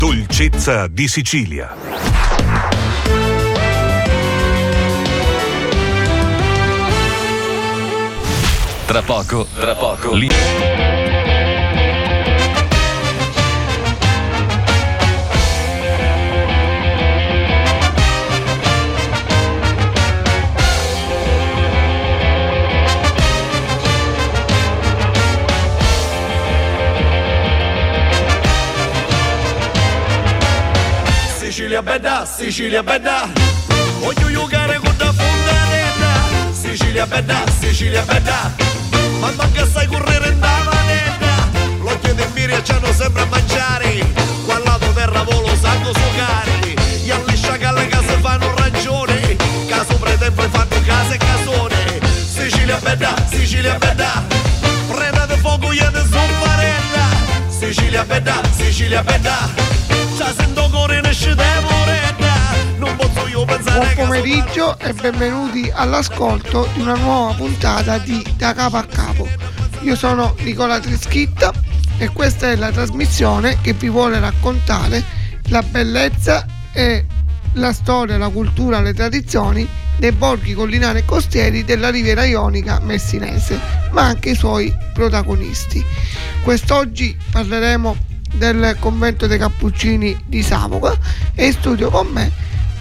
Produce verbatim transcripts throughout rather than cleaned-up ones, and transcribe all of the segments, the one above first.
Dolcezza di Sicilia. Tra poco, tra poco, lì. Sicilia bella, Sicilia bella, voglio giocare con la fontanella. Sicilia bella, Sicilia bella, ma manca sai correre in da manetta. L'occhio di Miria c'hanno sempre a mangiare, qua al lato terra volo sanno suocare. Gli alliscia che alle case fanno ragione, caso pretempo fanno case e casone. Sicilia bella, Sicilia bella, prendete fuoco io ne soffarella. Sicilia bella, Sicilia bella, buon pomeriggio e benvenuti all'ascolto di una nuova puntata di Da Capo a Capo. Io sono Nicola Trischitta e questa è la trasmissione che vi vuole raccontare la bellezza e la storia, la cultura, le tradizioni dei borghi collinari e costieri della Riviera Ionica messinese, ma anche i suoi protagonisti. Quest'oggi parleremo del convento dei Cappuccini di Savoca e in studio con me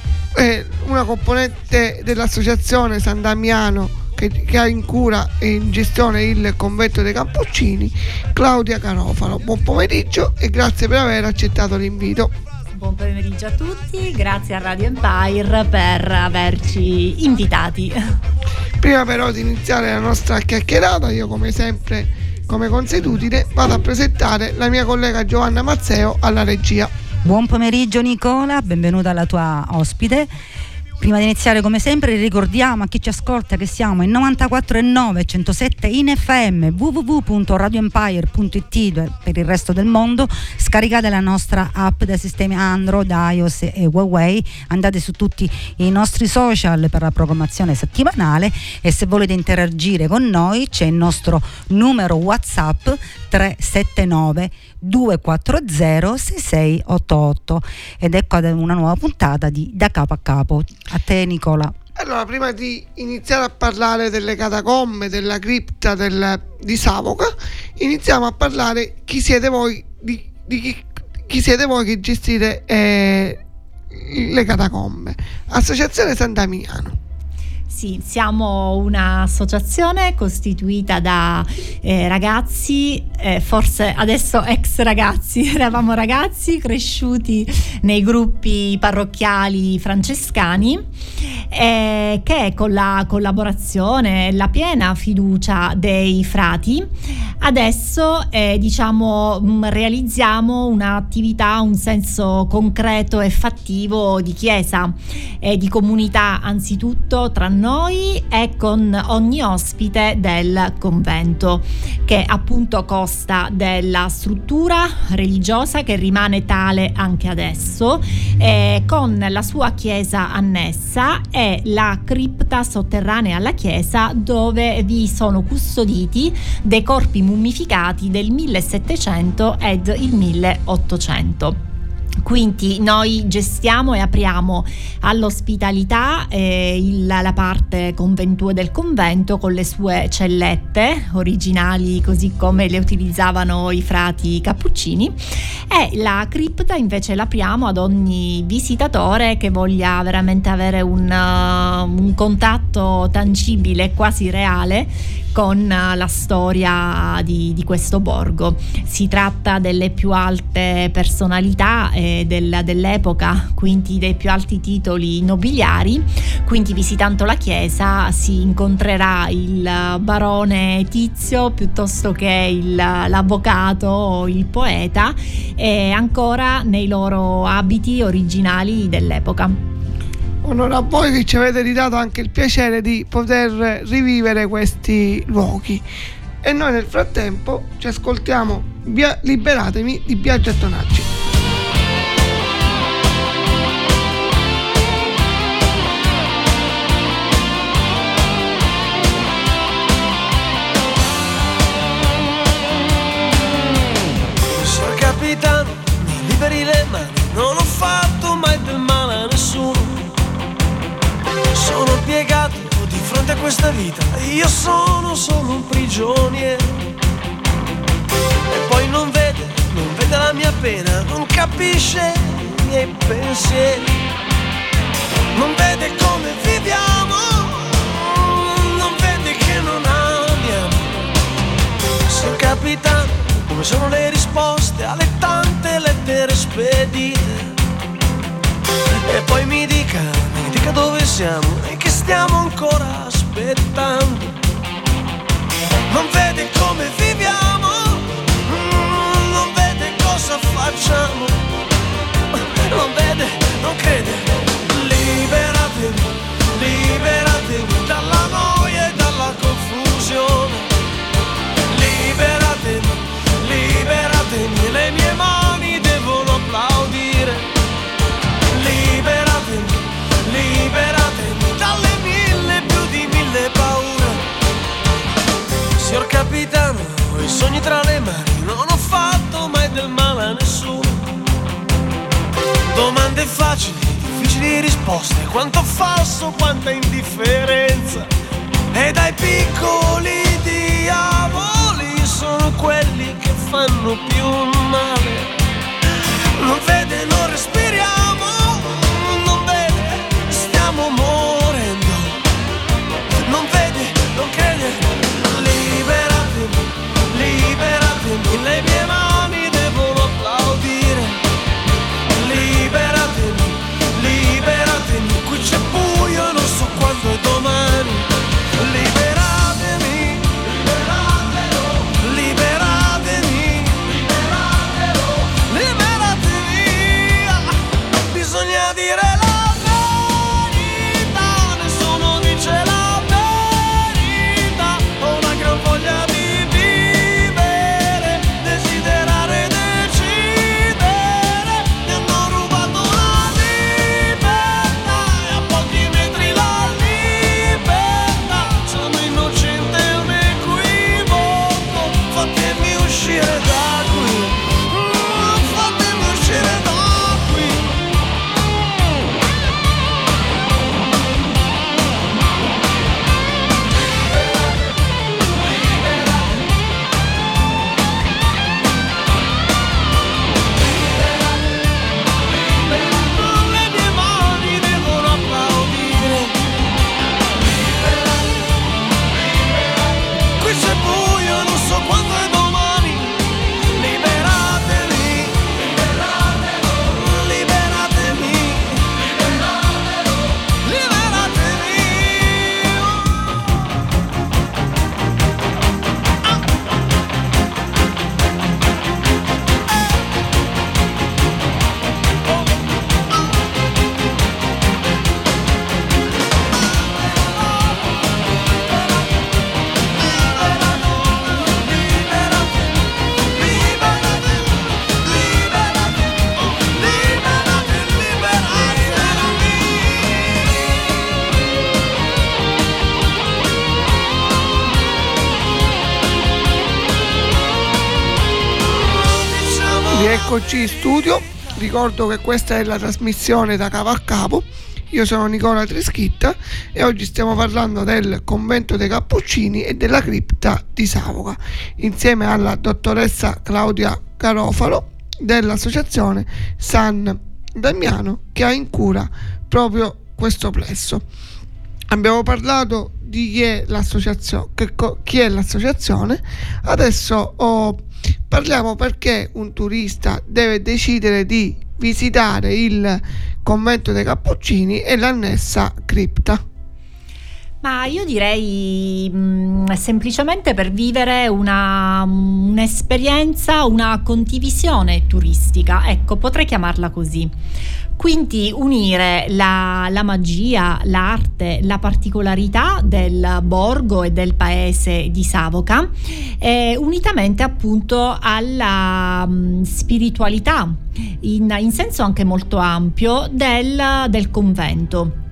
è una componente dell'associazione San Damiano che, che ha in cura e in gestione il convento dei Cappuccini, Claudia Carofalo. Buon pomeriggio e grazie per aver accettato l'invito. Buon pomeriggio a tutti, grazie a Radio Empire per averci invitati. Prima però di iniziare la nostra chiacchierata, io come sempre, come consuetudine, vado a presentare la mia collega Giovanna Mazzeo alla regia. Buon pomeriggio Nicola, benvenuta alla tua ospite. Prima di iniziare, come sempre, ricordiamo a chi ci ascolta che siamo in novantaquattro e nove, centosette in F M, w w w punto radio empire punto i t per il resto del mondo. Scaricate la nostra app da sistemi Android, iOS e Huawei, andate su tutti i nostri social per la programmazione settimanale e se volete interagire con noi c'è il nostro numero WhatsApp tre sette nove due quattro zero sei sei otto otto ed ecco una nuova puntata di Da Capo a Capo. A te Nicola. Allora, prima di iniziare a parlare delle catacombe, della cripta del, di Savoca, iniziamo a parlare chi siete voi, di, di chi, chi siete voi che gestite eh, le catacombe. Associazione San Damiano. Sì, siamo un'associazione costituita da eh, ragazzi, eh, forse adesso ex ragazzi, eravamo ragazzi cresciuti nei gruppi parrocchiali francescani, eh, che con la collaborazione e la piena fiducia dei frati adesso eh, diciamo mh, realizziamo un'attività, un senso concreto e fattivo di chiesa e di comunità, anzitutto tra noi e con ogni ospite del convento, che appunto consta della struttura religiosa che rimane tale anche adesso, eh, con la sua chiesa annessa e la cripta sotterranea alla chiesa dove vi sono custoditi dei corpi mummificati del millesettecento ed il milleottocento. Quindi noi gestiamo e apriamo all'ospitalità eh, il, la parte conventuale del convento con le sue cellette originali così come le utilizzavano i frati cappuccini, e la cripta invece l'apriamo ad ogni visitatore che voglia veramente avere un, uh, un contatto tangibile, quasi reale, con la storia di, di questo borgo. Si tratta delle più alte personalità eh, del, dell'epoca, quindi dei più alti titoli nobiliari, quindi visitando la chiesa si incontrerà il barone Tizio piuttosto che il, l'avvocato o il poeta, e ancora nei loro abiti originali dell'epoca. Onore a voi che ci avete ridato anche il piacere di poter rivivere questi luoghi. E noi nel frattempo ci ascoltiamo Via, Liberatemi di Biagio Tonacci. Sono capitano, mi liberi le mani, non ho fatto mai del male a nessuno. Sono piegato di fronte a questa vita, io sono solo un prigioniero. E poi non vede, non vede la mia pena, non capisce i miei pensieri, non vede come viviamo, non vede che non amiamo. Signor capitano, come sono le risposte alle tante lettere spedite? E poi mi dica, mi dica dove siamo e che stiamo ancora aspettando. Non vede come viviamo, non vede cosa facciamo, non vede, non crede. Liberatemi, liberatemi dalla noia e dalla confusione. Liberatemi, liberatemi, le mie mani devono applaudire. Liberatemi, liberatemi dalle mille, più di mille paure. Signor capitano, ho i sogni tra le mani, non ho fatto mai del male a nessuno. Domande facili, difficili risposte, quanto falso, quanta indifferenza. E dai piccoli diavoli sono quelli che fanno più male. Non vede, non respiriamo, non vede, stiamo morendo. Non vede, non crede. Liberatemi, liberatemi, le mie mani devono applaudire. Liberatemi, liberatemi, qui c'è buio, non so quando è domani. Liberatemi, liberatelo, liberatemi, liberatelo, liberatemi. Bisogna dire la verità, nessuno dice la verità. Ho una gran voglia di vivere, desiderare, decidere. Mi hanno rubato la libertà e a pochi metri la libertà. Sono innocente, è un equivoco, fatemi uscire da qui, mm, fatemi uscire da qui. Le mie mani devono applaudire. Qui c'è buio, non so quando è domani. Liberatemi, liberatemi, liberatemi, liberatemi. Rieccoci in studio, ricordo che questa è la trasmissione Da Capo a Capo. Io sono Nicola Trischitta e oggi stiamo parlando del convento dei Cappuccini e della cripta di Savoca, insieme alla dottoressa Claudia Garofalo dell'associazione San Damiano, che ha in cura proprio questo plesso. Abbiamo parlato di chi è l'associazione, che co- chi è l'associazione. Adesso oh, parliamo perché un turista deve decidere di visitare il convento dei Cappuccini e l'annessa cripta. Ma io direi mh, semplicemente per vivere una, un'esperienza, una condivisione turistica, ecco, potrei chiamarla così. Quindi unire la, la magia, l'arte, la particolarità del borgo e del paese di Savoca, eh, unitamente appunto alla mh, spiritualità in, in senso anche molto ampio del, del convento.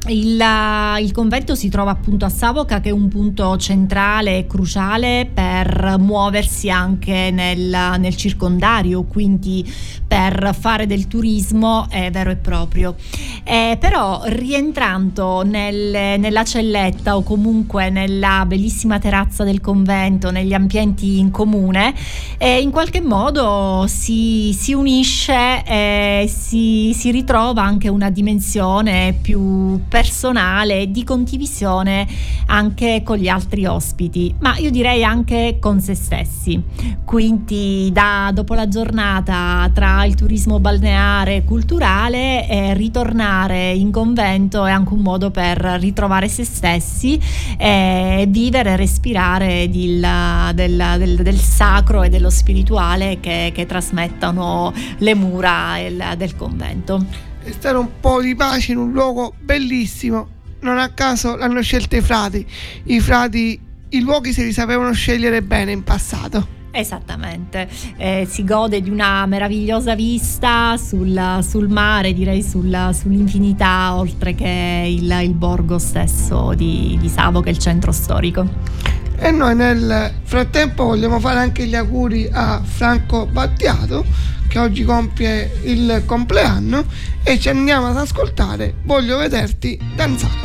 Il, il convento si trova appunto a Savoca, che è un punto centrale e cruciale per muoversi anche nel, nel circondario, quindi per fare del turismo eh, vero e proprio. Eh, però rientrando nel, nella celletta o comunque nella bellissima terrazza del convento, negli ambienti in comune, eh, in qualche modo si, si unisce e si, si ritrova anche una dimensione più personale, di condivisione anche con gli altri ospiti, ma io direi anche con se stessi. Quindi da dopo la giornata tra il turismo balneare e culturale, eh, ritornare in convento è anche un modo per ritrovare se stessi e vivere e respirare il, del, del, del sacro e dello spirituale che, che trasmettono le mura il, del convento. E stare un po' di pace in un luogo bellissimo. Non a caso l'hanno scelto i frati. I frati, i luoghi se li sapevano scegliere bene in passato. Esattamente, eh, si gode di una meravigliosa vista sul, sul mare, direi sul, sull'infinità, oltre che il, il borgo stesso di, di Savoca, il centro storico. E noi nel frattempo vogliamo fare anche gli auguri a Franco Battiato, che oggi compie il compleanno, e ci andiamo ad ascoltare Voglio vederti danzare.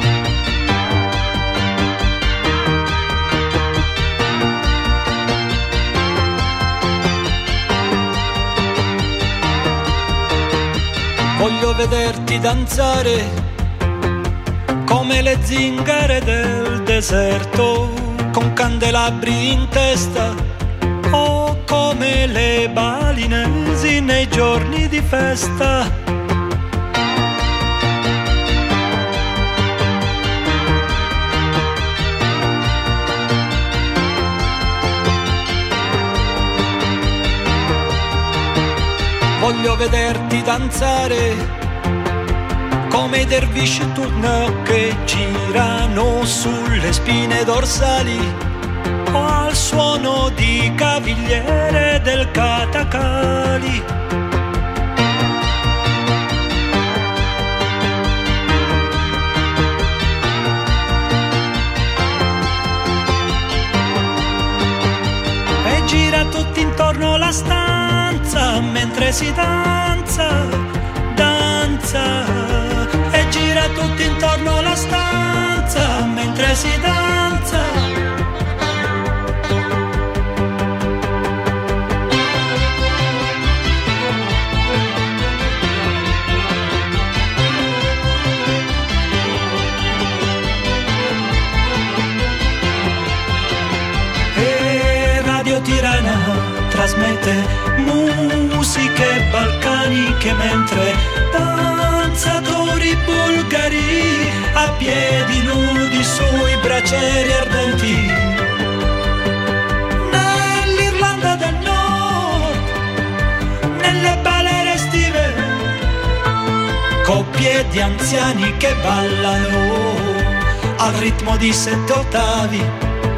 Voglio vederti danzare come le zingare del deserto, con candelabri in testa, o come le balinesi nei giorni di festa. Voglio vederti danzare come i dervish turno che girano sulle spine dorsali, o al suono di cavigliere del Katakali. E gira tutti intorno la stanza mentre si danza, danza. E gira tutti intorno la stanza mentre si danza. E Radio Tirana trasmette musiche balcaniche mentre danzatori bulgari a piedi nudi sui bracieri ardenti. Nell'Irlanda del Nord, nelle balere estive, coppie di anziani che ballano al ritmo di sette ottavi.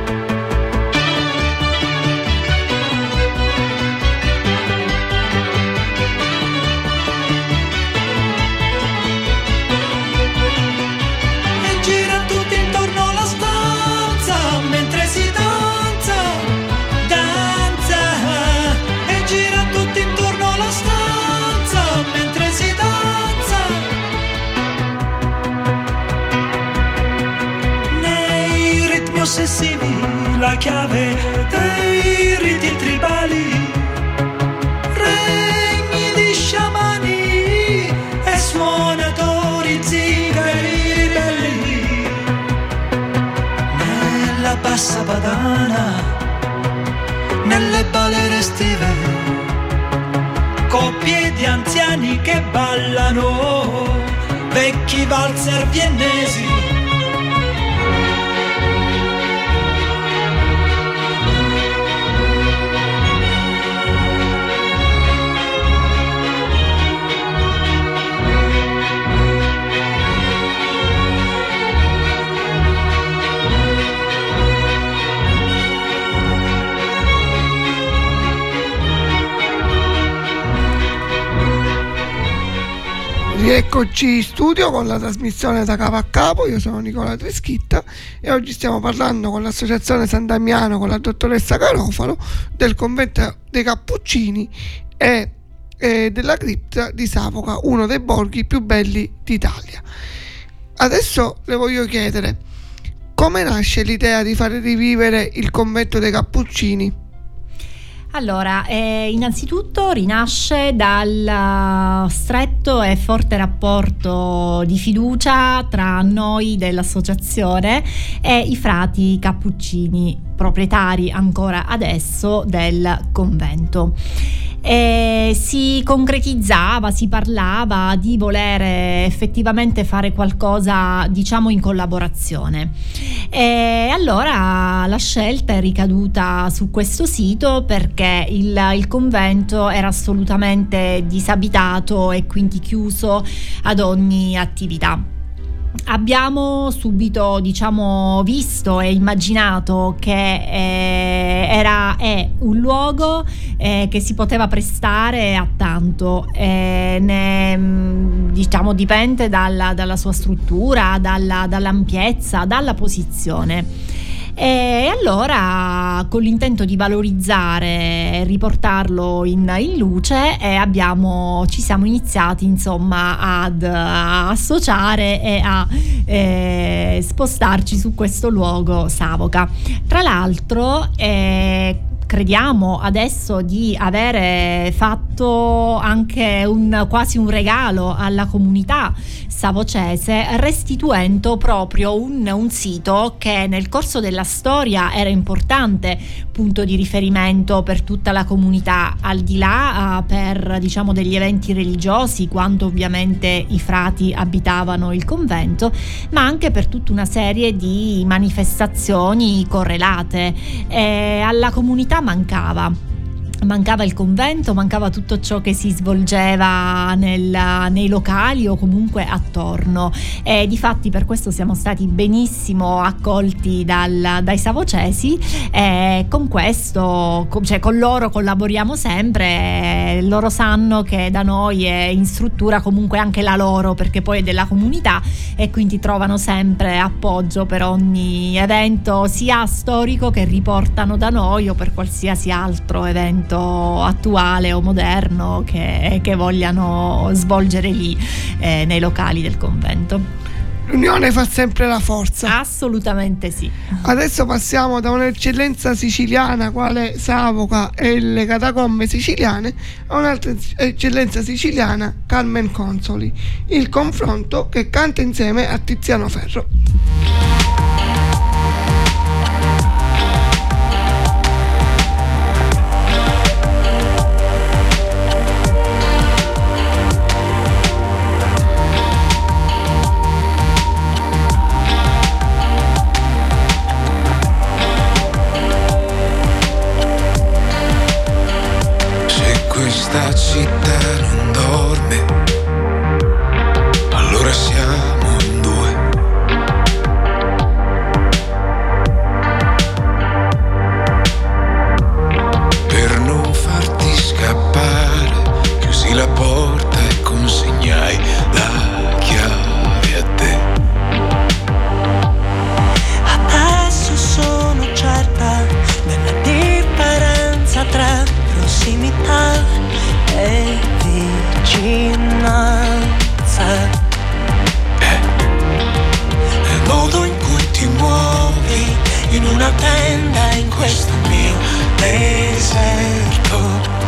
Ossessivi, la chiave dei riti tribali, regni di sciamani e suonatori zingari ribelli. Nella bassa padana, nelle balere estive, coppie di anziani che ballano, vecchi valzer viennesi. Rieccoci in studio con la trasmissione Da Capo a Capo. Io sono Nicola Treschitta e oggi stiamo parlando con l'associazione San Damiano, con la dottoressa Garofalo, del convento dei Cappuccini e, e della cripta di Savoca, uno dei borghi più belli d'Italia. Adesso le voglio chiedere, come nasce l'idea di fare rivivere il convento dei Cappuccini? Allora, eh, innanzitutto rinasce dal stretto e forte rapporto di fiducia tra noi dell'associazione e i frati cappuccini, proprietari ancora adesso del convento. E si concretizzava, si parlava di volere effettivamente fare qualcosa, diciamo, in collaborazione. E allora la scelta è ricaduta su questo sito perché il, il convento era assolutamente disabitato e quindi chiuso ad ogni attività. Abbiamo subito, diciamo, visto e immaginato che eh, era è un luogo eh, che si poteva prestare a tanto, eh, ne, diciamo, dipende dalla, dalla sua struttura, dalla, dall'ampiezza, dalla posizione. E allora, con l'intento di valorizzare e riportarlo in, in luce, eh, abbiamo, ci siamo iniziati insomma ad a associare e a eh, spostarci su questo luogo Savoca. Tra l'altro eh, crediamo adesso di avere fatto anche un quasi un regalo alla comunità savocese, restituendo proprio un, un sito che nel corso della storia era importante punto di riferimento per tutta la comunità, al di là uh, per, diciamo, degli eventi religiosi, quando ovviamente i frati abitavano il convento, ma anche per tutta una serie di manifestazioni correlate. E alla comunità mancava mancava il convento, mancava tutto ciò che si svolgeva nel, nei locali o comunque attorno, e difatti per questo siamo stati benissimo accolti dal, dai savocesi, e con questo, cioè con loro collaboriamo sempre, loro sanno che da noi è in struttura comunque anche la loro, perché poi è della comunità, e quindi trovano sempre appoggio per ogni evento sia storico che riportano da noi, o per qualsiasi altro evento attuale o moderno che, che vogliano svolgere lì eh, nei locali del convento. L'unione fa sempre la forza. Assolutamente sì. Adesso passiamo da un'eccellenza siciliana quale Savoca e le catacombe siciliane a un'altra eccellenza siciliana, Carmen Consoli, il confronto che canta insieme a Tiziano Ferro. Questa città non dorme, allora siamo in due. Per non farti scappare, chiusi la porta e consegnai la chiave a te. Adesso sono certa della differenza tra prossimità e vicinanza. Eh. Nel modo in cui ti muovi in una tenda in questo mio deserto.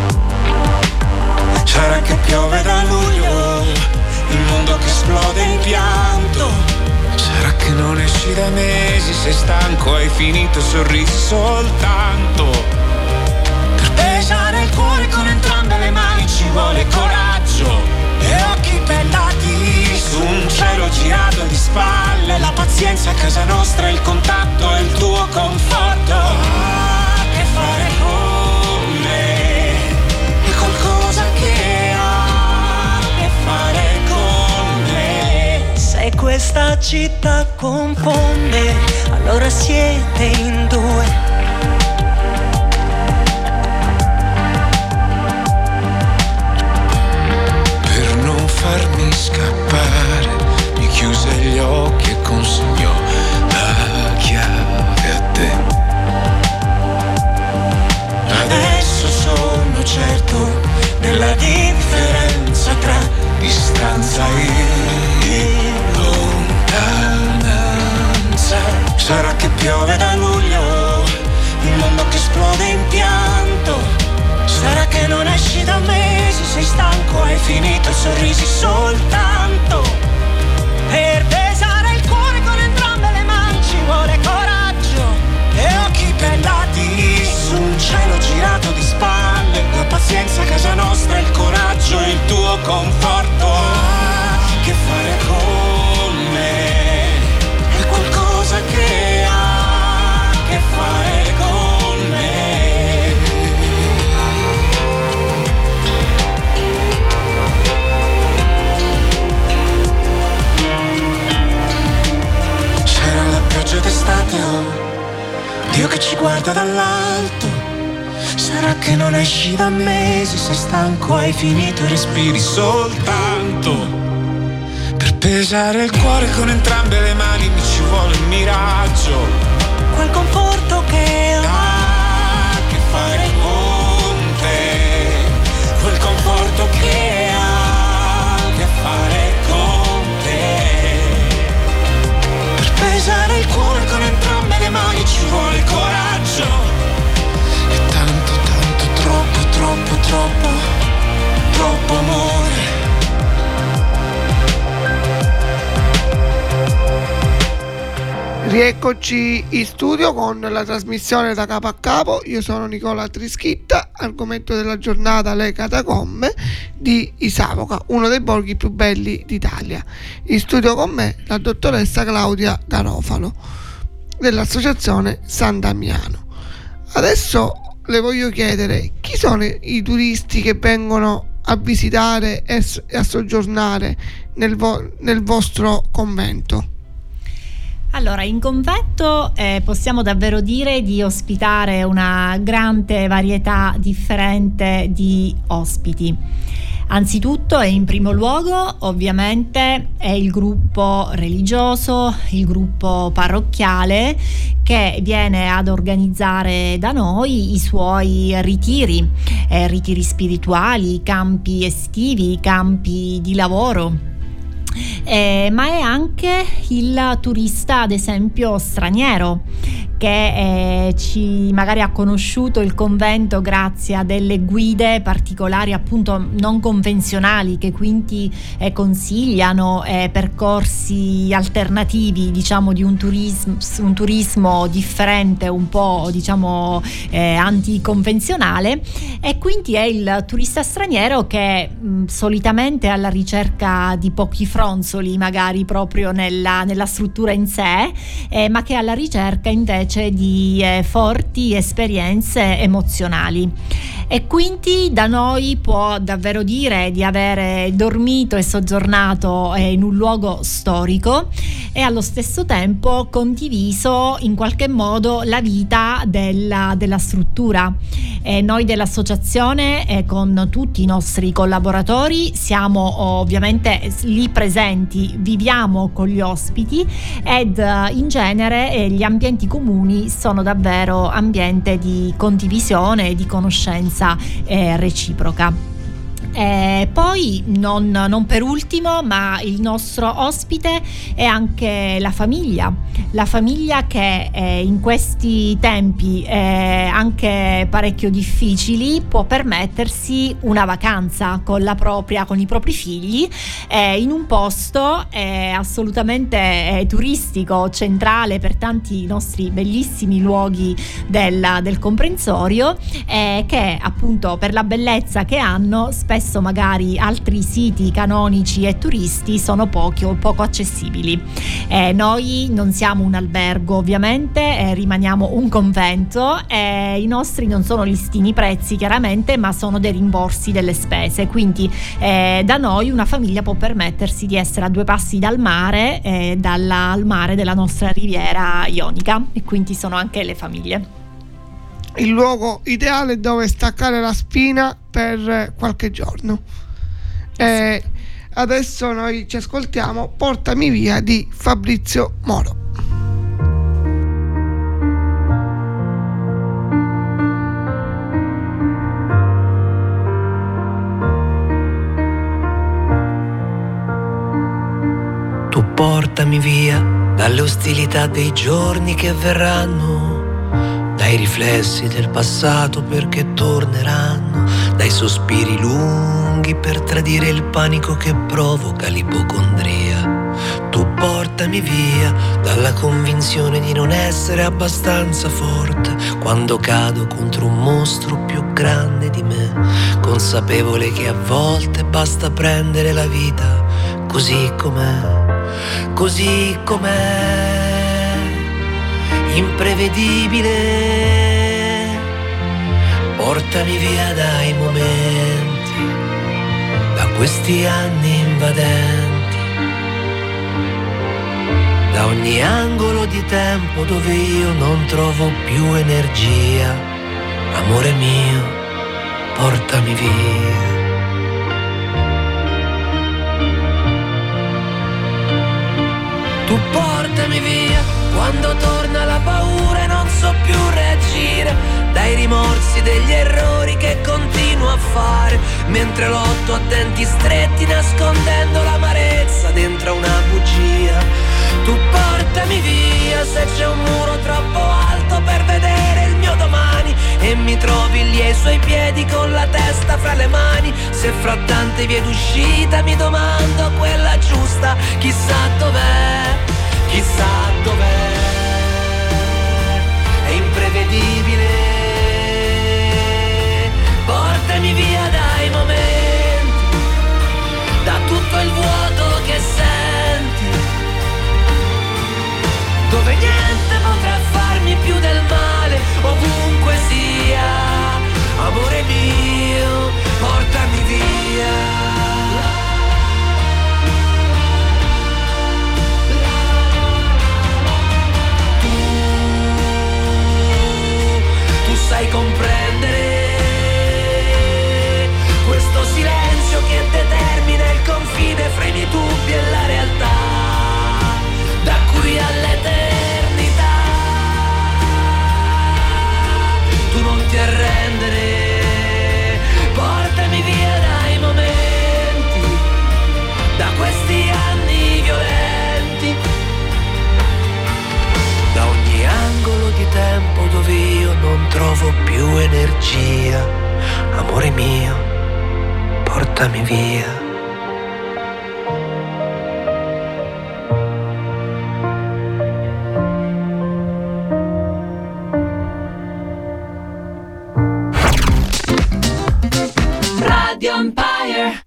Sarà che piove da luglio, il mondo che esplode in pianto. Sarà che non esci da mesi, sei stanco, hai finito, sorrisi soltanto. Pesare il cuore con entrambe le mani ci vuole coraggio e occhi bellati su un cielo girato di spalle. La pazienza a casa nostra, il contatto e il tuo conforto. Ah, che fare con me è qualcosa che ha che fare con me. Se questa città confonde, allora siete in due. Farmi scappare distanza e lontananza. Sarà che piove da luglio, il mondo che esplode in pianto. Sarà che non esci da mesi, sei stanco, hai finito i sorrisi soltanto. Per pesare il cuore con entrambe le mani ci vuole coraggio e occhi bendati su un cielo girato di spalle. La pazienza a casa nostra, il coraggio e il tuo conforto ha che fare con me. È qualcosa che ha che fare con me. C'era la pioggia d'estate, oh, Dio che ci guarda dall'alto. Sarà che non esci da mesi, sei stanco, hai finito e respiri soltanto. Per pesare il cuore con entrambe le mani mi ci vuole un miraggio. Quel conforto che ha che fare con te. Quel conforto che ha che fare con te. Per pesare il cuore con entrambe le mani ci vuole coraggio. Troppo, troppo, troppo, troppo amore. Rieccoci in studio con la trasmissione da capo a capo. Io sono Nicola Trischitta. Argomento della giornata: le catacombe di Isavoca, uno dei borghi più belli d'Italia. In studio con me la dottoressa Claudia Garofalo dell'associazione San Damiano. Adesso le voglio chiedere: chi sono i turisti che vengono a visitare e a soggiornare nel, vo- nel vostro convento? Allora, in convento eh, possiamo davvero dire di ospitare una grande varietà differente di ospiti. Anzitutto e in primo luogo ovviamente è il gruppo religioso, il gruppo parrocchiale che viene ad organizzare da noi i suoi ritiri, eh, ritiri spirituali, campi estivi, campi di lavoro. Eh, ma è anche il turista, ad esempio, straniero che eh, ci magari ha conosciuto il convento grazie a delle guide particolari, appunto non convenzionali, che quindi eh, consigliano eh, percorsi alternativi, diciamo, di un turismo, un turismo differente, un po' diciamo eh, anticonvenzionale, e quindi è il turista straniero che mh, solitamente è alla ricerca di pochi fronzoli magari proprio nella, nella struttura in sé, eh, ma che è alla ricerca invece di eh, forti esperienze emozionali. E quindi da noi può davvero dire di avere dormito e soggiornato eh, in un luogo storico e allo stesso tempo condiviso in qualche modo la vita della, della struttura. Eh, noi dell'associazione eh, con tutti i nostri collaboratori siamo ovviamente lì presenti, viviamo con gli ospiti ed eh, in genere eh, gli ambienti comuni sono davvero ambiente di condivisione e di conoscenza eh, reciproca. Eh, poi non, non per ultimo, ma il nostro ospite è anche la famiglia, la famiglia che eh, in questi tempi eh, anche parecchio difficili può permettersi una vacanza con la propria, con i propri figli eh, in un posto eh, assolutamente eh, turistico, centrale per tanti nostri bellissimi luoghi del, del comprensorio, eh, che appunto per la bellezza che hanno spesso magari altri siti canonici e turisti sono pochi, poco accessibili. Eh, noi non siamo un albergo ovviamente, eh, rimaniamo un convento, eh, i nostri non sono listini prezzi chiaramente, ma sono dei rimborsi delle spese, quindi eh, da noi una famiglia può permettersi di essere a due passi dal mare, eh, dalla, al mare della nostra riviera ionica, e quindi sono anche le famiglie. Il luogo ideale dove staccare la spina per qualche giorno. Eh, adesso noi ci ascoltiamo Portami via di Fabrizio Moro. Tu portami via dalle ostilità dei giorni che verranno, dai riflessi del passato perché torneranno, dai sospiri lunghi per tradire il panico che provoca l'ipocondria. Tu portami via dalla convinzione di non essere abbastanza forte quando cado contro un mostro più grande di me, consapevole che a volte basta prendere la vita così com'è, così com'è, imprevedibile. Portami via dai momenti, da questi anni invadenti, da ogni angolo di tempo dove io non trovo più energia. Amore mio, portami via. Tu portami via quando torna la paura e non so più reagire, dai rimorsi degli errori che continuo a fare, mentre lotto a denti stretti nascondendo l'amarezza dentro una bugia. Tu portami via se c'è un muro troppo alto per vedere il mio domani e mi trovi lì ai suoi piedi con la testa fra le mani. Se fra tante vie d'uscita mi domando quella giusta, chissà dov'è, chissà dov'è. È imprevedibile. Portami via dai momenti, da tutto il vuoto che senti, dove niente potrà farmi più del male, ovunque sia. Amore mio, portami via. Sai comprendere questo silenzio che determina il confine fra i miei dubbi e la realtà, da qui all'eternità. Tu non ti arrendere, portami via dai momenti, da questi anni violenti, da ogni angolo di tempo dove io non trovo più energia. Amore mio, portami via. Radio Empire.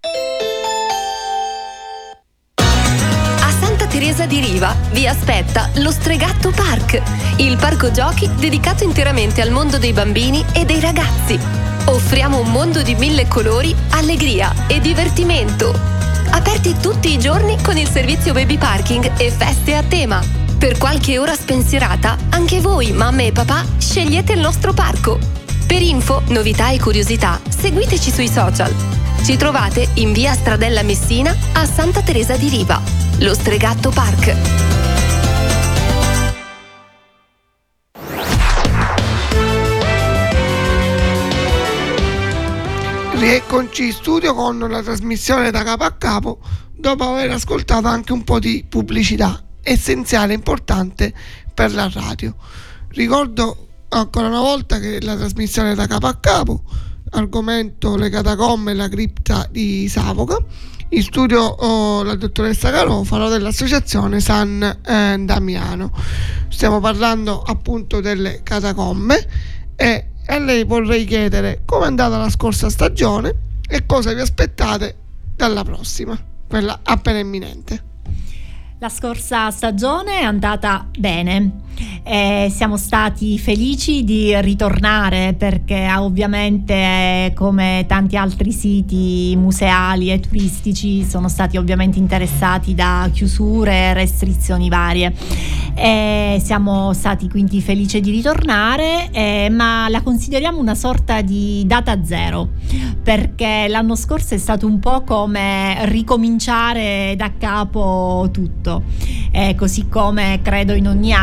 Teresa di Riva vi aspetta lo Stregatto Park, il parco giochi dedicato interamente al mondo dei bambini e dei ragazzi. Offriamo un mondo di mille colori, allegria e divertimento. Aperti tutti i giorni con il servizio baby parking e feste a tema. Per qualche ora spensierata, anche voi, mamme e papà, scegliete il nostro parco. Per info, novità e curiosità, seguiteci sui social. Ci trovate in via Stradella Messina a Santa Teresa di Riva. Lo Stregatto Park. Rieccoci in studio con la trasmissione da capo a capo, dopo aver ascoltato anche un po' di pubblicità, essenziale e importante per la radio. Ricordo ancora una volta che la trasmissione da capo a capo, argomento le catacombe e la cripta di Savoca. In studio oh, la dottoressa Garofalo dell'associazione San eh, Damiano. Stiamo parlando appunto delle catacombe e a lei vorrei chiedere come è andata la scorsa stagione e cosa vi aspettate dalla prossima, quella appena imminente. La scorsa stagione è andata bene, eh, siamo stati felici di ritornare perché ovviamente come tanti altri siti museali e turistici sono stati ovviamente interessati da chiusure e restrizioni varie. Eh, siamo stati quindi felici di ritornare, eh, ma la consideriamo una sorta di data zero perché l'anno scorso è stato un po' come ricominciare da capo tutto. Eh, così come credo in ogni ambito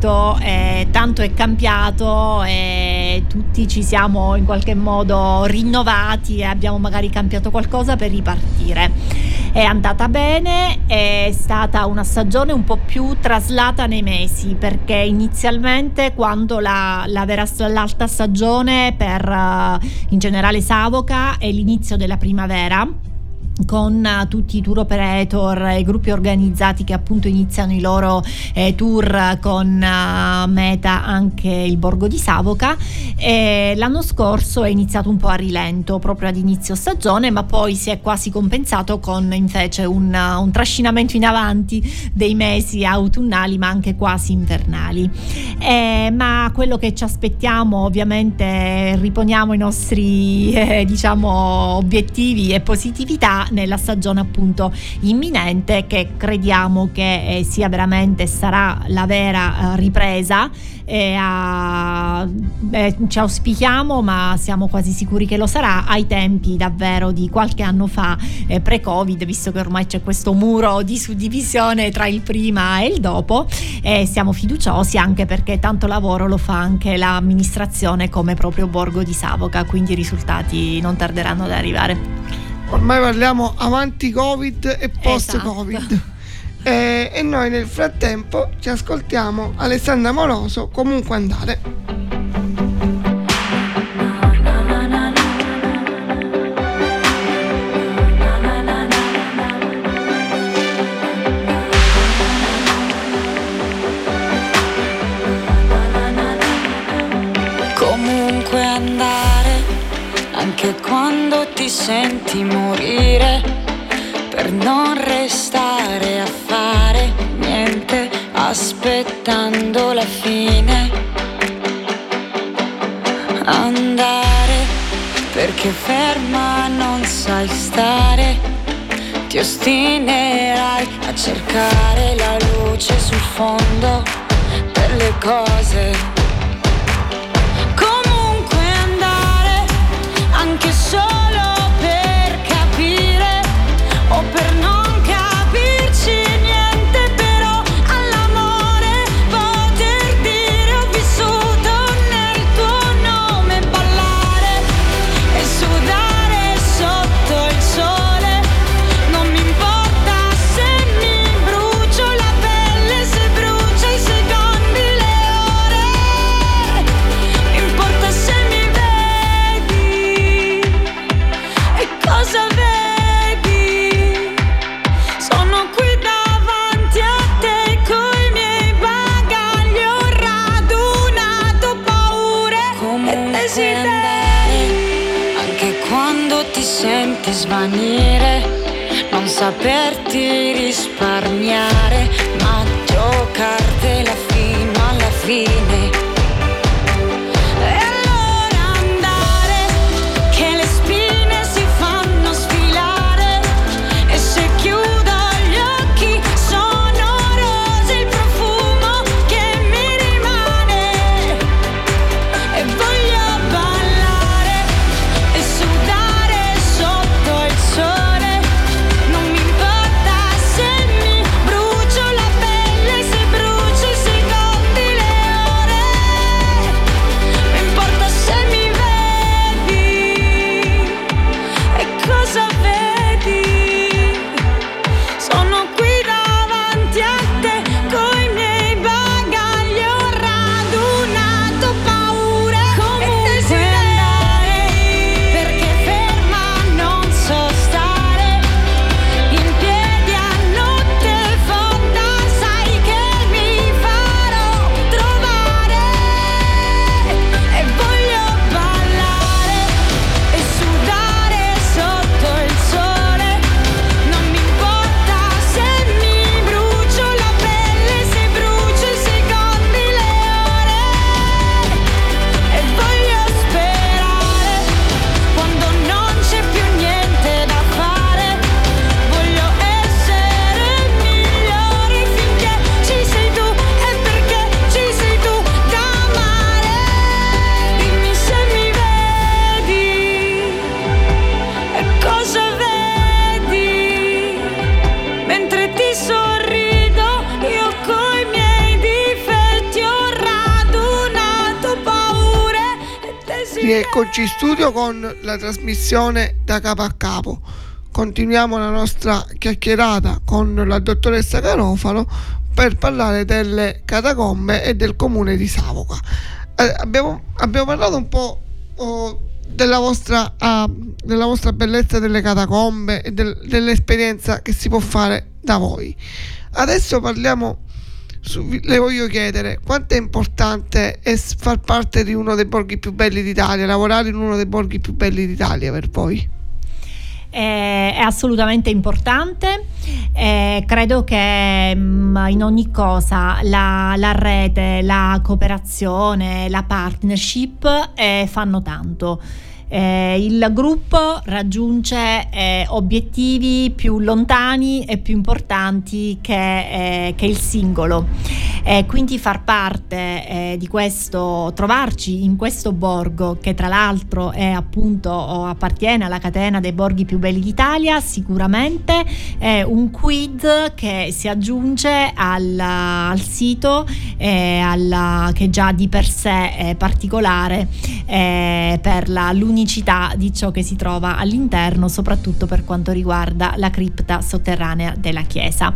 momento eh, tanto è cambiato e tutti ci siamo in qualche modo rinnovati e abbiamo magari cambiato qualcosa per ripartire. È andata bene, è stata una stagione un po' più traslata nei mesi, perché inizialmente quando la, la vera, l'alta stagione per uh, in generale Savoca è l'inizio della primavera, con uh, tutti i tour operator e i gruppi organizzati che appunto iniziano i loro eh, tour con uh, meta anche il Borgo di Savoca. E l'anno scorso è iniziato un po' a rilento proprio ad inizio stagione, ma poi si è quasi compensato con invece un, uh, un trascinamento in avanti dei mesi autunnali ma anche quasi invernali. Eh, ma quello che ci aspettiamo, ovviamente riponiamo i nostri eh, diciamo obiettivi e positività nella stagione appunto imminente, che crediamo che eh, sia veramente sarà la vera eh, ripresa. E a, eh, ci auspichiamo, ma siamo quasi sicuri che lo sarà, ai tempi davvero di qualche anno fa, eh, pre-Covid, visto che ormai c'è questo muro di suddivisione tra il prima e il dopo, e siamo fiduciosi anche perché tanto lavoro lo fa anche l'amministrazione come proprio Borgo di Savoca, quindi i risultati non tarderanno ad arrivare. Ormai parliamo avanti Covid e post Covid. Esatto. E, e noi nel frattempo ci ascoltiamo Alessandra Moroso, Comunque andare. Comunque andare, anche quando ti senti morire, per non restare a fare niente aspettando la fine. Andare perché ferma non sai stare, ti ostinerai a cercare la luce sul fondo delle cose. Comunque andare, anche solo per capire o per non capirci niente, però all'amore poter dire ho vissuto nel tuo nome, ballare e sudare sotto il sole, non mi importa se mi brucio la pelle, se brucia i secondi, le ore, mi importa se mi vedi e cosa vedi. Senti svanire, non saperti risparmiare, ma giocartela fino alla fine. E allora andare, che le spine si fanno sfilare, e se chiudo gli occhi sono rose il profumo che mi rimane, e voglio ballare e sudare sole, non mi importa se mi brucio la pelle, se brucio i secondi, le ore, mi importa se mi vedi e cosa vedi. Sono qui davanti a te coi miei bagagli, ho radunato paure e desideri, perché ferma non so stare, in piedi a notte fonda, sai che mi farò trovare, e voglio ballare e sudare sotto il sole, non mi importa se mi brucio la pelle, se brucio i secondi, le ore, e voglio sperare quando non c'è più niente da fare, voglio essere migliori finché ci sei tu, e perché ci sei tu da amare. Dimmi se mi vedi e cosa vedi, mentre ti sorrido io coi miei difetti ho Rieccoci in studio con la trasmissione Da Capo a Capo. Continuiamo la nostra chiacchierata con la dottoressa Garofalo per parlare delle catacombe e del comune di Savoca. Eh, abbiamo, abbiamo parlato un po' oh, della vostra, uh, della vostra bellezza delle catacombe e del, dell'esperienza che si può fare da voi. Adesso parliamo. Le voglio chiedere quanto è importante è far parte di uno dei borghi più belli d'Italia, lavorare in uno dei borghi più belli d'Italia per voi? È, è assolutamente importante. Eh, credo che mh, in ogni cosa la, la rete, la cooperazione, la partnership eh, fanno tanto. Eh, il gruppo raggiunge eh, obiettivi più lontani e più importanti che, eh, che il singolo, eh, quindi far parte eh, di questo, trovarci in questo borgo che tra l'altro è appunto o appartiene alla catena dei borghi più belli d'Italia, sicuramente è un quid che si aggiunge al, al sito eh, alla, che già di per sé è particolare eh, per la l'unicità di ciò che si trova all'interno, soprattutto per quanto riguarda la cripta sotterranea della chiesa.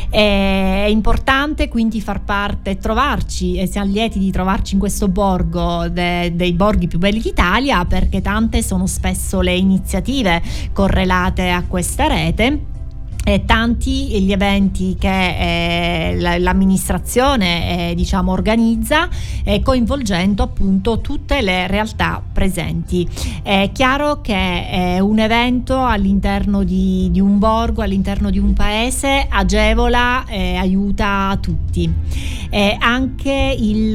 È importante quindi far parte, trovarci, e siamo lieti di trovarci in questo borgo de, dei borghi più belli d'Italia, perché tante sono spesso le iniziative correlate a questa rete. E tanti gli eventi che eh, l'amministrazione eh, diciamo organizza eh, coinvolgendo appunto tutte le realtà presenti. È chiaro che eh, un evento all'interno di, di un borgo, all'interno di un paese agevola e eh, aiuta tutti. Eh, anche il,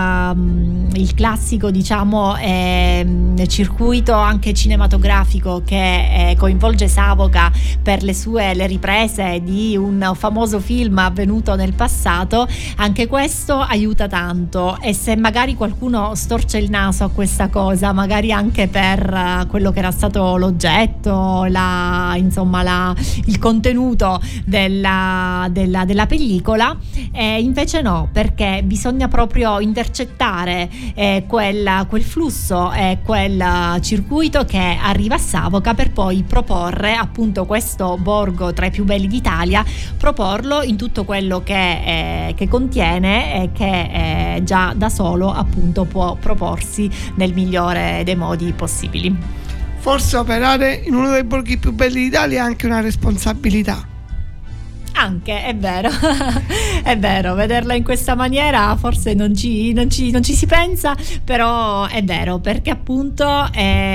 um, il classico diciamo eh, circuito anche cinematografico che eh, coinvolge Savoca per le sue le riprese di un famoso film avvenuto nel passato, anche questo aiuta tanto. E se magari qualcuno storce il naso a questa cosa, magari anche per quello che era stato l'oggetto, la, insomma la, il contenuto della, della, della pellicola, eh, invece no, perché bisogna proprio intercettare eh, quel, quel flusso e eh, quel circuito che arriva a Savoca per poi proporre appunto questo borgo tra i più belli d'Italia, proporlo in tutto quello che, eh, che contiene e che eh, già da solo appunto può proporsi nel migliore dei modi possibili. Forse operare in uno dei borghi più belli d'Italia è anche una responsabilità. Anche, è vero, è vero, vederla in questa maniera forse non ci, non ci, non ci si pensa, però è vero, perché appunto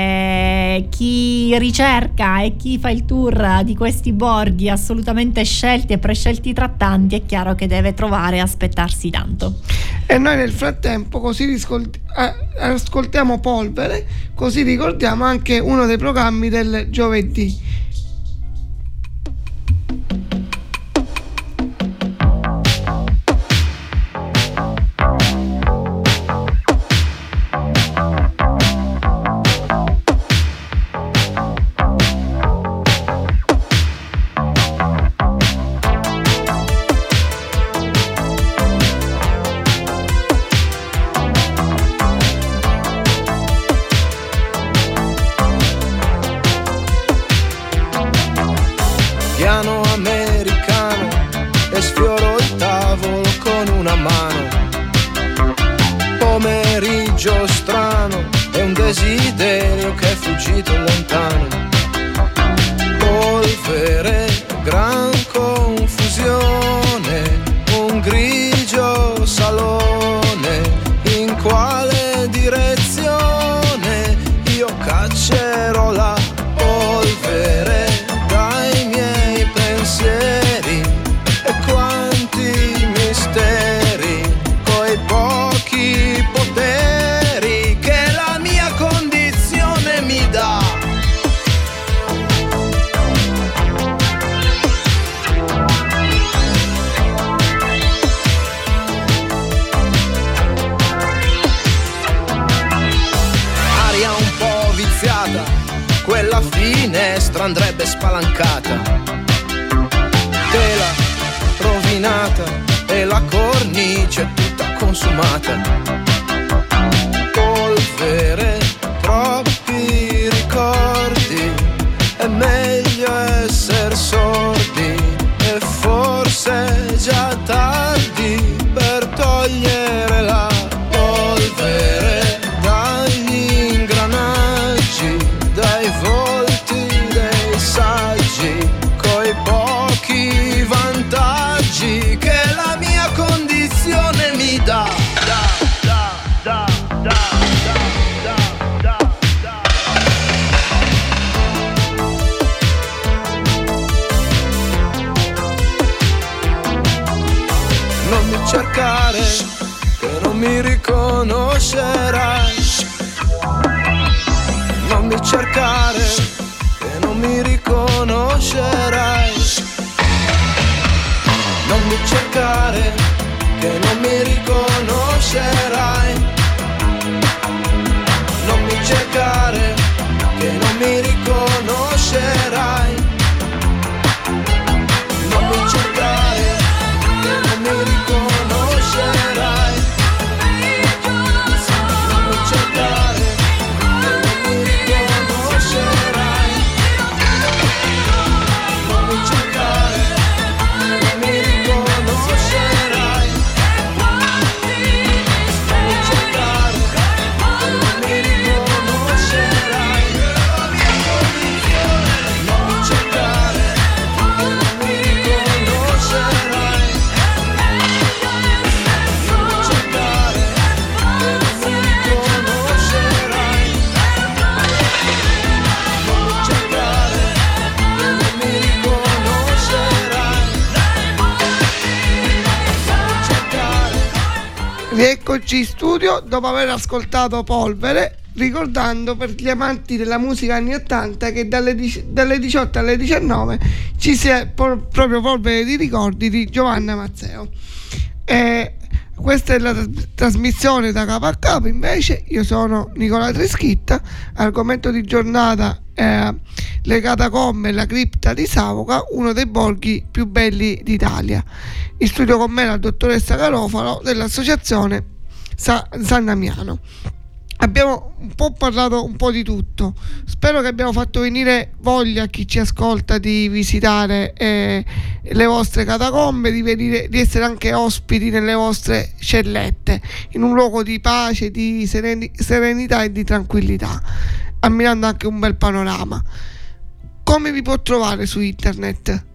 eh, chi ricerca e chi fa il tour di questi borghi assolutamente scelti e prescelti trattanti, è chiaro che deve trovare e aspettarsi tanto. E noi nel frattempo così riscolti- ascoltiamo Polvere, così ricordiamo anche uno dei programmi del giovedì. Piano americano e sfioro il tavolo con una mano. Pomeriggio strano e un desiderio che è fuggito lontano. Polvere, gran confusione, un grigio salone. In quale direzione io caccerò la polvere dai miei pensieri? E quanti misteri coi pochi poteri che la mia condizione mi dà. Aria un po' viziata, quella finestra andrebbe spalancata. Tela rovinata e la cornice tutta consumata. Polvere cercare, che non mi riconoscerai. Non mi cercare, che non mi riconoscerai. Non mi cercare, che non mi riconoscerai. Non mi cercare, che non mi riconoscerai. Non mi cercare, che non mi riconoscerai. Non mi cercare, che non mi riconoscerai. Non mi cercare, che non mi riconoscerai. Non mi cercare, che non mi riconoscerai. Non mi cercare, che non mi riconoscerai. Non mi cercare, che non mi riconoscerai. Non mi cercare, che non mi riconoscerai. Rieccoci in studio dopo aver ascoltato Polvere, ricordando per gli amanti della musica anni ottanta che dalle, dici- dalle diciotto alle diciannove ci sia por- proprio Polvere di ricordi di Giovanna Mazzeo. E questa è la tras- trasmissione da capo a capo. Invece io sono Nicola Treschitta. Argomento di giornata è le catacombe e la cripta di Savoca, uno dei borghi più belli d'Italia. In studio con me la dottoressa Garofalo dell'associazione Sa- San Damiano. Abbiamo un po' parlato un po' di tutto. Spero che abbiamo fatto venire voglia a chi ci ascolta di visitare eh, le vostre catacombe, di venire, di essere anche ospiti nelle vostre cellette, in un luogo di pace, di sereni- serenità e di tranquillità, ammirando anche un bel panorama. Come vi può trovare su internet?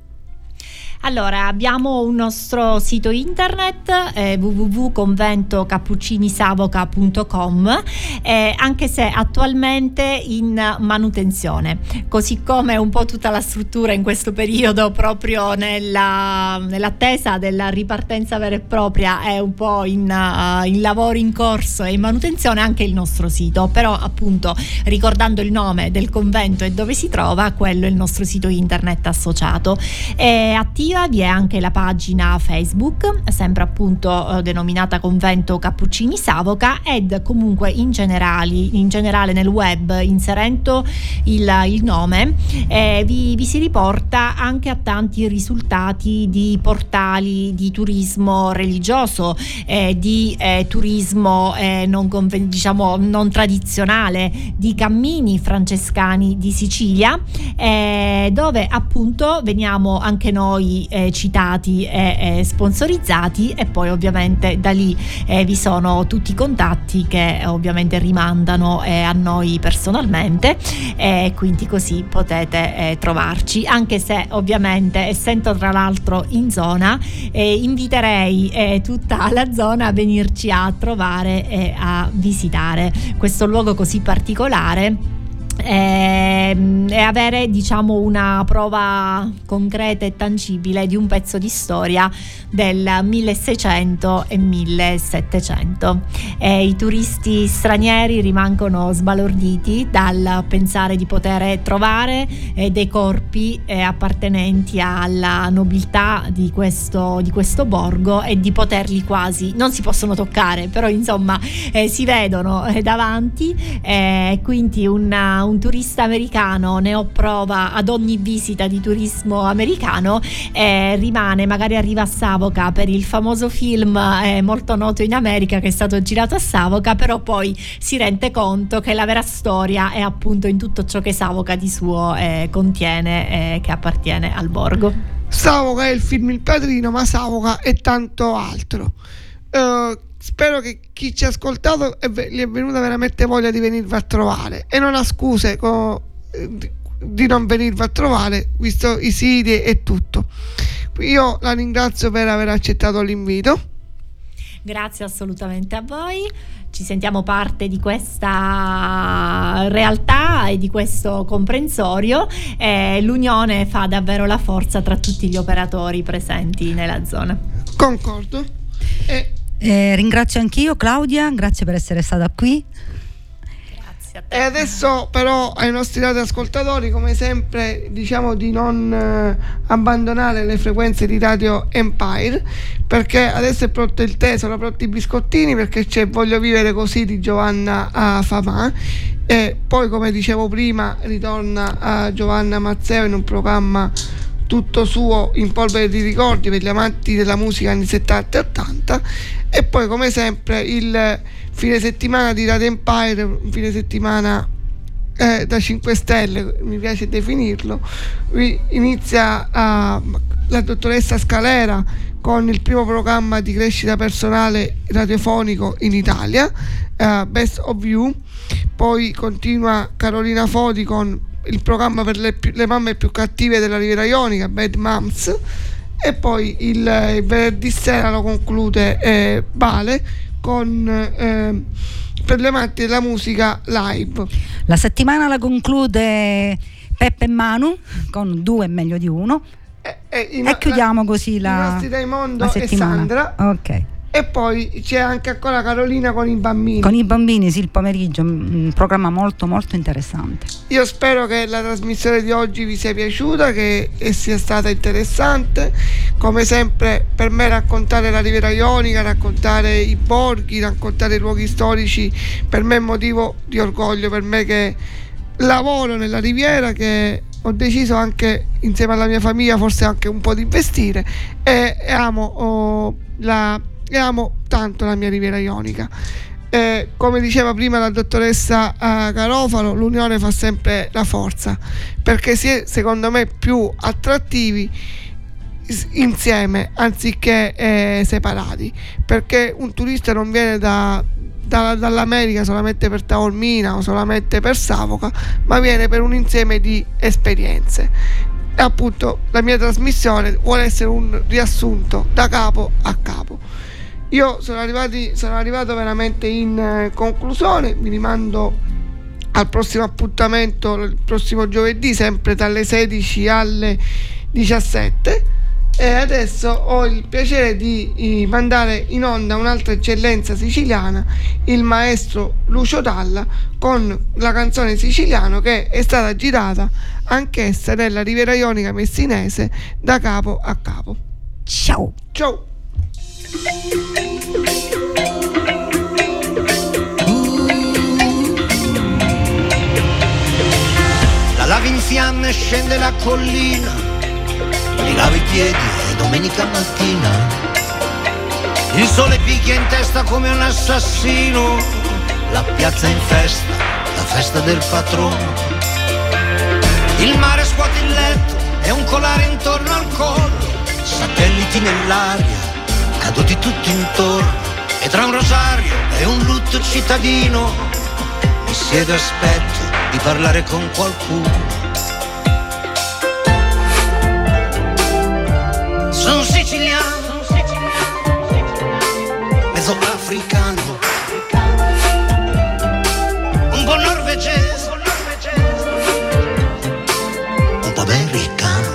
Allora, abbiamo un nostro sito internet eh, w w w punto convento cappuccini savoca punto com, eh, anche se attualmente in manutenzione, così come un po' tutta la struttura in questo periodo, proprio nella, nell'attesa della ripartenza vera e propria, è un po' in, uh, in lavoro in corso e in manutenzione anche il nostro sito, però appunto ricordando il nome del convento e dove si trova, quello è il nostro sito internet associato. È attivo. Vi è anche la pagina Facebook, sempre appunto eh, denominata Convento Cappuccini Savoca, ed comunque in generale, in generale nel web, inserendo il, il nome, eh, vi, vi si riporta anche a tanti risultati di portali di turismo religioso, eh, di eh, turismo eh, non, conven- diciamo, non tradizionale, di cammini francescani di Sicilia, eh, dove appunto veniamo anche noi Eh, citati e eh, sponsorizzati, e poi ovviamente da lì eh, vi sono tutti i contatti che eh, ovviamente rimandano eh, a noi personalmente, e eh, quindi così potete eh, trovarci, anche se ovviamente essendo tra l'altro in zona eh, inviterei eh, tutta la zona a venirci a trovare e a visitare questo luogo così particolare, e avere diciamo una prova concreta e tangibile di un pezzo di storia del milleseicento e millesettecento. E i turisti stranieri rimangono sbalorditi dal pensare di poter trovare eh, dei corpi eh, appartenenti alla nobiltà di questo, di questo borgo, e di poterli quasi, non si possono toccare, però insomma eh, si vedono eh, davanti, eh, quindi una un turista americano ne ho prova ad ogni visita di turismo americano, eh, rimane, magari arriva a Savoca per il famoso film eh, molto noto in America che è stato girato a Savoca, però poi si rende conto che la vera storia è appunto in tutto ciò che Savoca di suo eh, contiene, eh, che appartiene al borgo. Savoca è il film Il Padrino, ma Savoca è tanto altro. Uh, spero che chi ci ha ascoltato è, gli è venuta veramente voglia di venirvi a trovare, e non ha scuse co, di, di non venirvi a trovare, visto i siti e tutto. Io la ringrazio per aver accettato l'invito. Grazie assolutamente a voi. Ci sentiamo parte di questa realtà e di questo comprensorio, e l'unione fa davvero la forza tra tutti gli operatori presenti nella zona. Concordo. E Eh, ringrazio anch'io Claudia, grazie per essere stata qui. E adesso però ai nostri radioascoltatori, come sempre, diciamo di non eh, abbandonare le frequenze di Radio Empire, perché adesso è pronto il tè, sono pronti i biscottini, perché c'è Voglio vivere così di Giovanna uh, Famà, e poi, come dicevo prima, ritorna uh, Giovanna Mazzeo in un programma tutto suo in polvere di ricordi per gli amanti della musica anni settanta e ottanta, e poi, come sempre, il fine settimana di Radio Empire, un fine settimana eh, da cinque stelle, mi piace definirlo. Inizia uh, la dottoressa Scalera con il primo programma di crescita personale radiofonico in Italia, uh, Best of You. Poi continua Carolina Foti con il programma per le, più, le mamme più cattive della Riviera Ionica, Bad Moms, e poi il, il venerdì sera lo conclude eh, Vale con eh, per le amanti della musica live. La settimana la conclude Peppe e Manu con Due è meglio di uno, e, e, e chiudiamo così la, i nostri Raimondo la e settimana. Sandra. Ok. E poi c'è anche ancora Carolina con i bambini. Con i bambini, sì, il pomeriggio, un programma molto molto interessante. Io spero che la trasmissione di oggi vi sia piaciuta, che sia stata interessante. Come sempre, per me raccontare la Riviera Ionica, raccontare i borghi, raccontare i luoghi storici, per me è motivo di orgoglio, per me che lavoro nella Riviera, che ho deciso anche insieme alla mia famiglia forse anche un po' di investire, e, e amo oh, la e amo tanto la mia Riviera Ionica. Eh, come diceva prima la dottoressa uh, Garofalo, l'unione fa sempre la forza, perché si è, secondo me, più attrattivi insieme anziché eh, separati, perché un turista non viene da, da, dall'America solamente per Taormina o solamente per Savoca, ma viene per un insieme di esperienze. E appunto la mia trasmissione vuole essere un riassunto da capo a capo. Io sono, arrivati, sono arrivato veramente in eh, conclusione. Vi rimando al prossimo appuntamento il prossimo giovedì, sempre dalle sedici alle diciassette, e adesso ho il piacere di eh, mandare in onda un'altra eccellenza siciliana, il maestro Lucio Dalla, con la canzone Siciliano, che è stata girata anch'essa nella Riviera Ionica messinese da capo a capo. Ciao. Ciao. La lava in fiamme scende la collina, mi lavo i piedi e domenica mattina il sole picchia in testa come un assassino, la piazza è in festa, la festa del patrono, il mare scuote il letto e un colare intorno al collo, satelliti nell'aria caduti tutti intorno, e tra un rosario e un lutto cittadino mi siedo e aspetto di parlare con qualcuno. Sono siciliano, mezzo africano, un po' norvegese, un po' americano.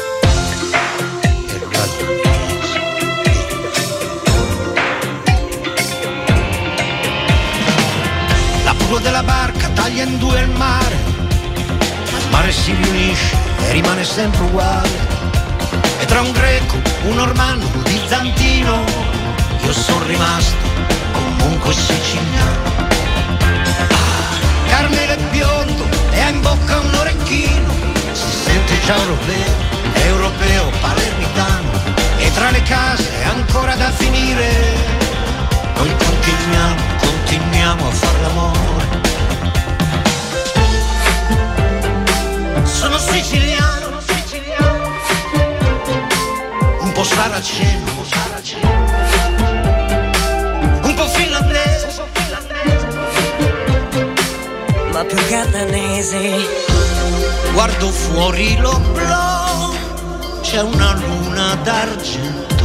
Della barca taglia in due il mare, ma il mare si riunisce e rimane sempre uguale, e tra un greco, un normanno, un bizantino, io sono rimasto comunque siciliano. Ah, Carmelo è biondo e ha in bocca un orecchino, si sente già europeo, europeo, palermitano, e tra le case è ancora da finire, noi continuiamo, continuiamo a far l'amore. Sono siciliano, un po' saraceno, un po' finlandese, ma più catanese. Guardo fuori l'oblò, c'è una luna d'argento,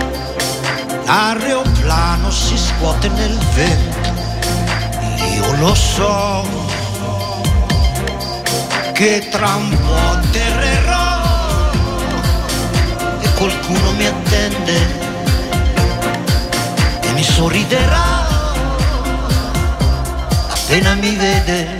l'aeroplano si scuote nel vento, io lo so che tra un po' atterrerò e qualcuno mi attende. mi sorriderà appena mi vede.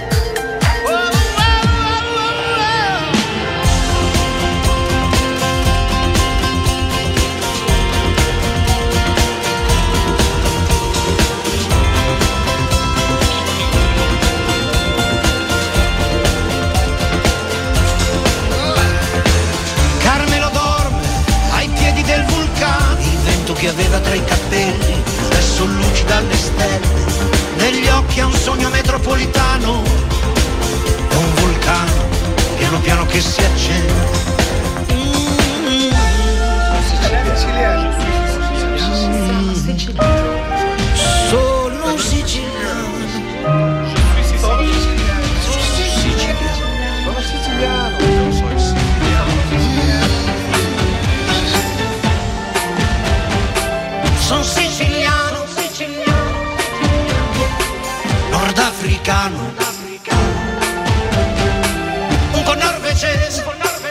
Che aveva tra i capelli, adesso lucida alle stelle, negli occhi ha un sogno metropolitano, è un vulcano, piano piano che si accende. Mm. Sono siciliano. Sono siciliano. Sono siciliano. Sono siciliano, siciliano, nordafricano, un po' norvegese,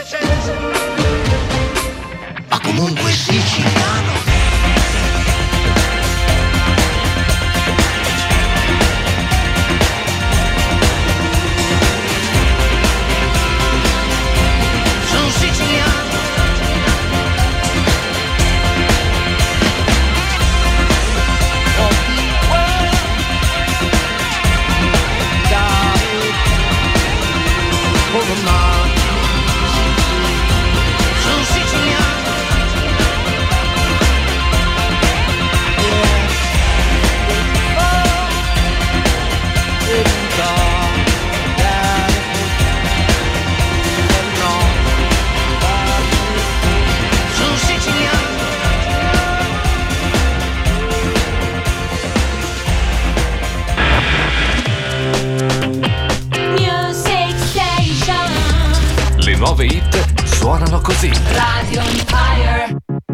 ma comunque siciliano. Sono siciliano. Sono siciliano. Sono siciliano. Le nuove hit suonano così. Radio Empire.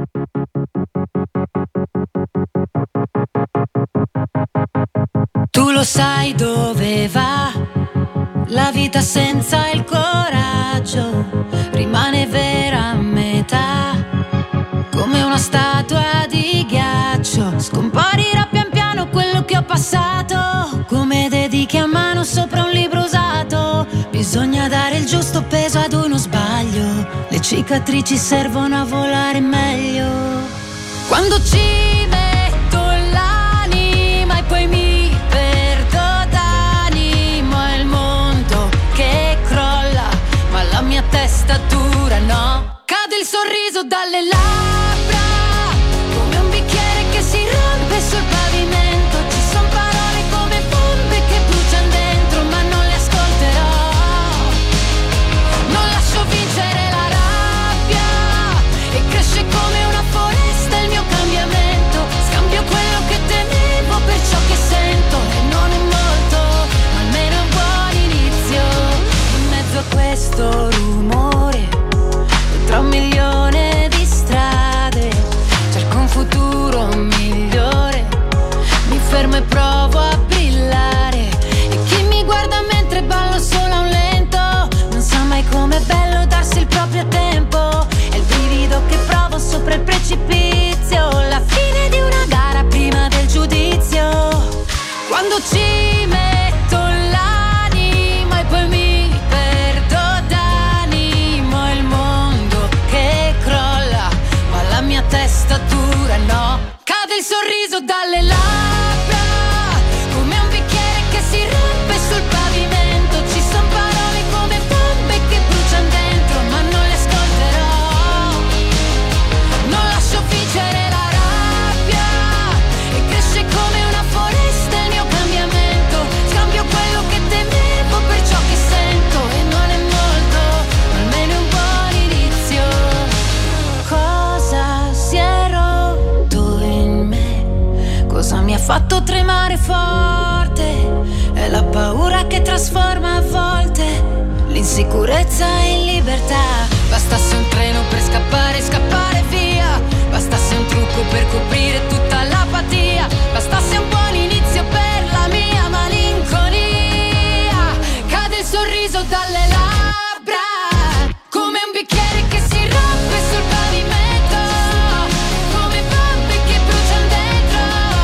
Tu lo sai dove va la vita senza il coraggio, rimane vera a metà, come una statua di ghiaccio. Scomparirà pian piano quello che ho passato, come dediche a mano sopra un libro usato. Bisogna dare il giusto peso ad uno sbaglio, le cicatrici servono a volare meglio. Quando ci metto l'anima e poi mi perdo d'animo, è il mondo che crolla, ma la mia testa dura no. Cade il sorriso dalle labbra, come un bicchiere che si rompe sul pavimento. Ci son parole come bombe che bruciano dentro, ma non le ascolterò. Non lascio vincere la rabbia, e cresce come una foresta il mio cambiamento. Scambio quello che temevo per ciò che sento, e non è molto, ma almeno è un buon inizio. In mezzo a questo rumore, tra un milione di strade, cerco un futuro migliore. Mi fermo e provo a brillare, e chi mi guarda mentre ballo solo a un lento non sa mai com'è bello darsi il proprio tempo. È il brivido che provo sopra il precipizio, la fine di una gara prima del giudizio. Quando ci metto l'anima e poi mi perdo d'animo, è il mondo che crolla, ma la mia testa dura no. Cade il sorriso dalle labbra, come un bicchiere che si rompe sul pavimento. Ci son parole come bombe che bruciano dentro, ma non le ascolterò. Non lascio vincere la rabbia, e cresce come una foresta il mio cambiamento. Scambio quello che temevo per ciò che sento, e non è molto, ma almeno è un buon inizio. Cosa si è rotto in me? Cosa mi ha fatto tremare forte? È la paura che trasforma a volte l'insicurezza in libertà. Bastasse un treno per scappare, scappare via. Bastasse un trucco per coprire tutta l'apatia. Bastasse un buon inizio per la mia malinconia. Cade il sorriso dalle labbra, come un bicchiere che si rompe sul pavimento, come bombe che bruciano dentro.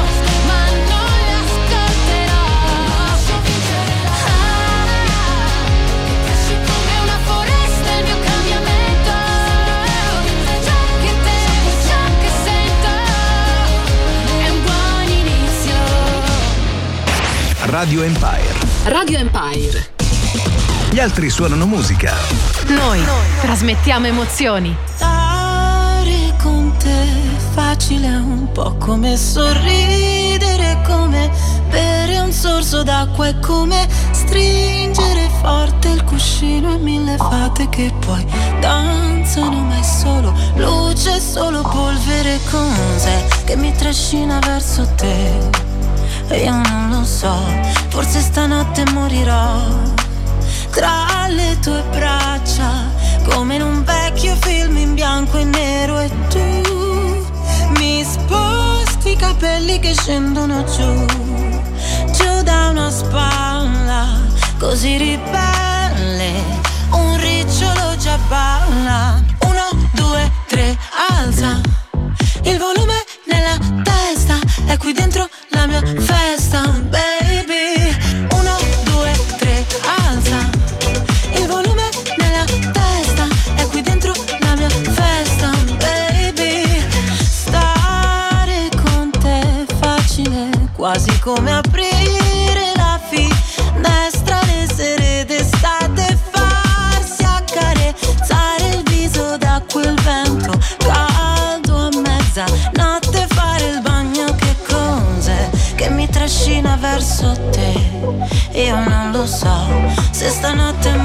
Radio Empire. Radio Empire. Gli altri suonano musica. Noi, Noi. trasmettiamo emozioni. Stare con te facile è un po' come sorridere, come bere un sorso d'acqua, è come stringere forte il cuscino e mille fate che poi danzano, ma è solo luce, solo polvere. Cos'è che mi trascina verso te? Io non lo so, forse stanotte morirò tra le tue braccia, come in un vecchio film in bianco e nero, e tu mi sposti i capelli che scendono giù, giù da una spalla, così ribelle, un ricciolo già balla. Uno, due, tre, alza il volume nella testa, è qui dentro la mia festa, baby. Uno, due, tre, alza il volume nella testa, è qui dentro la mia festa, baby. Stare con te è facile, quasi come aprire la finestra le sere d'estate, farsi accarezzare il viso da quel vento caldo a mezzanotte, fare il bagno. Che cos'è che mi trascina verso te? Io non lo so, se stanotte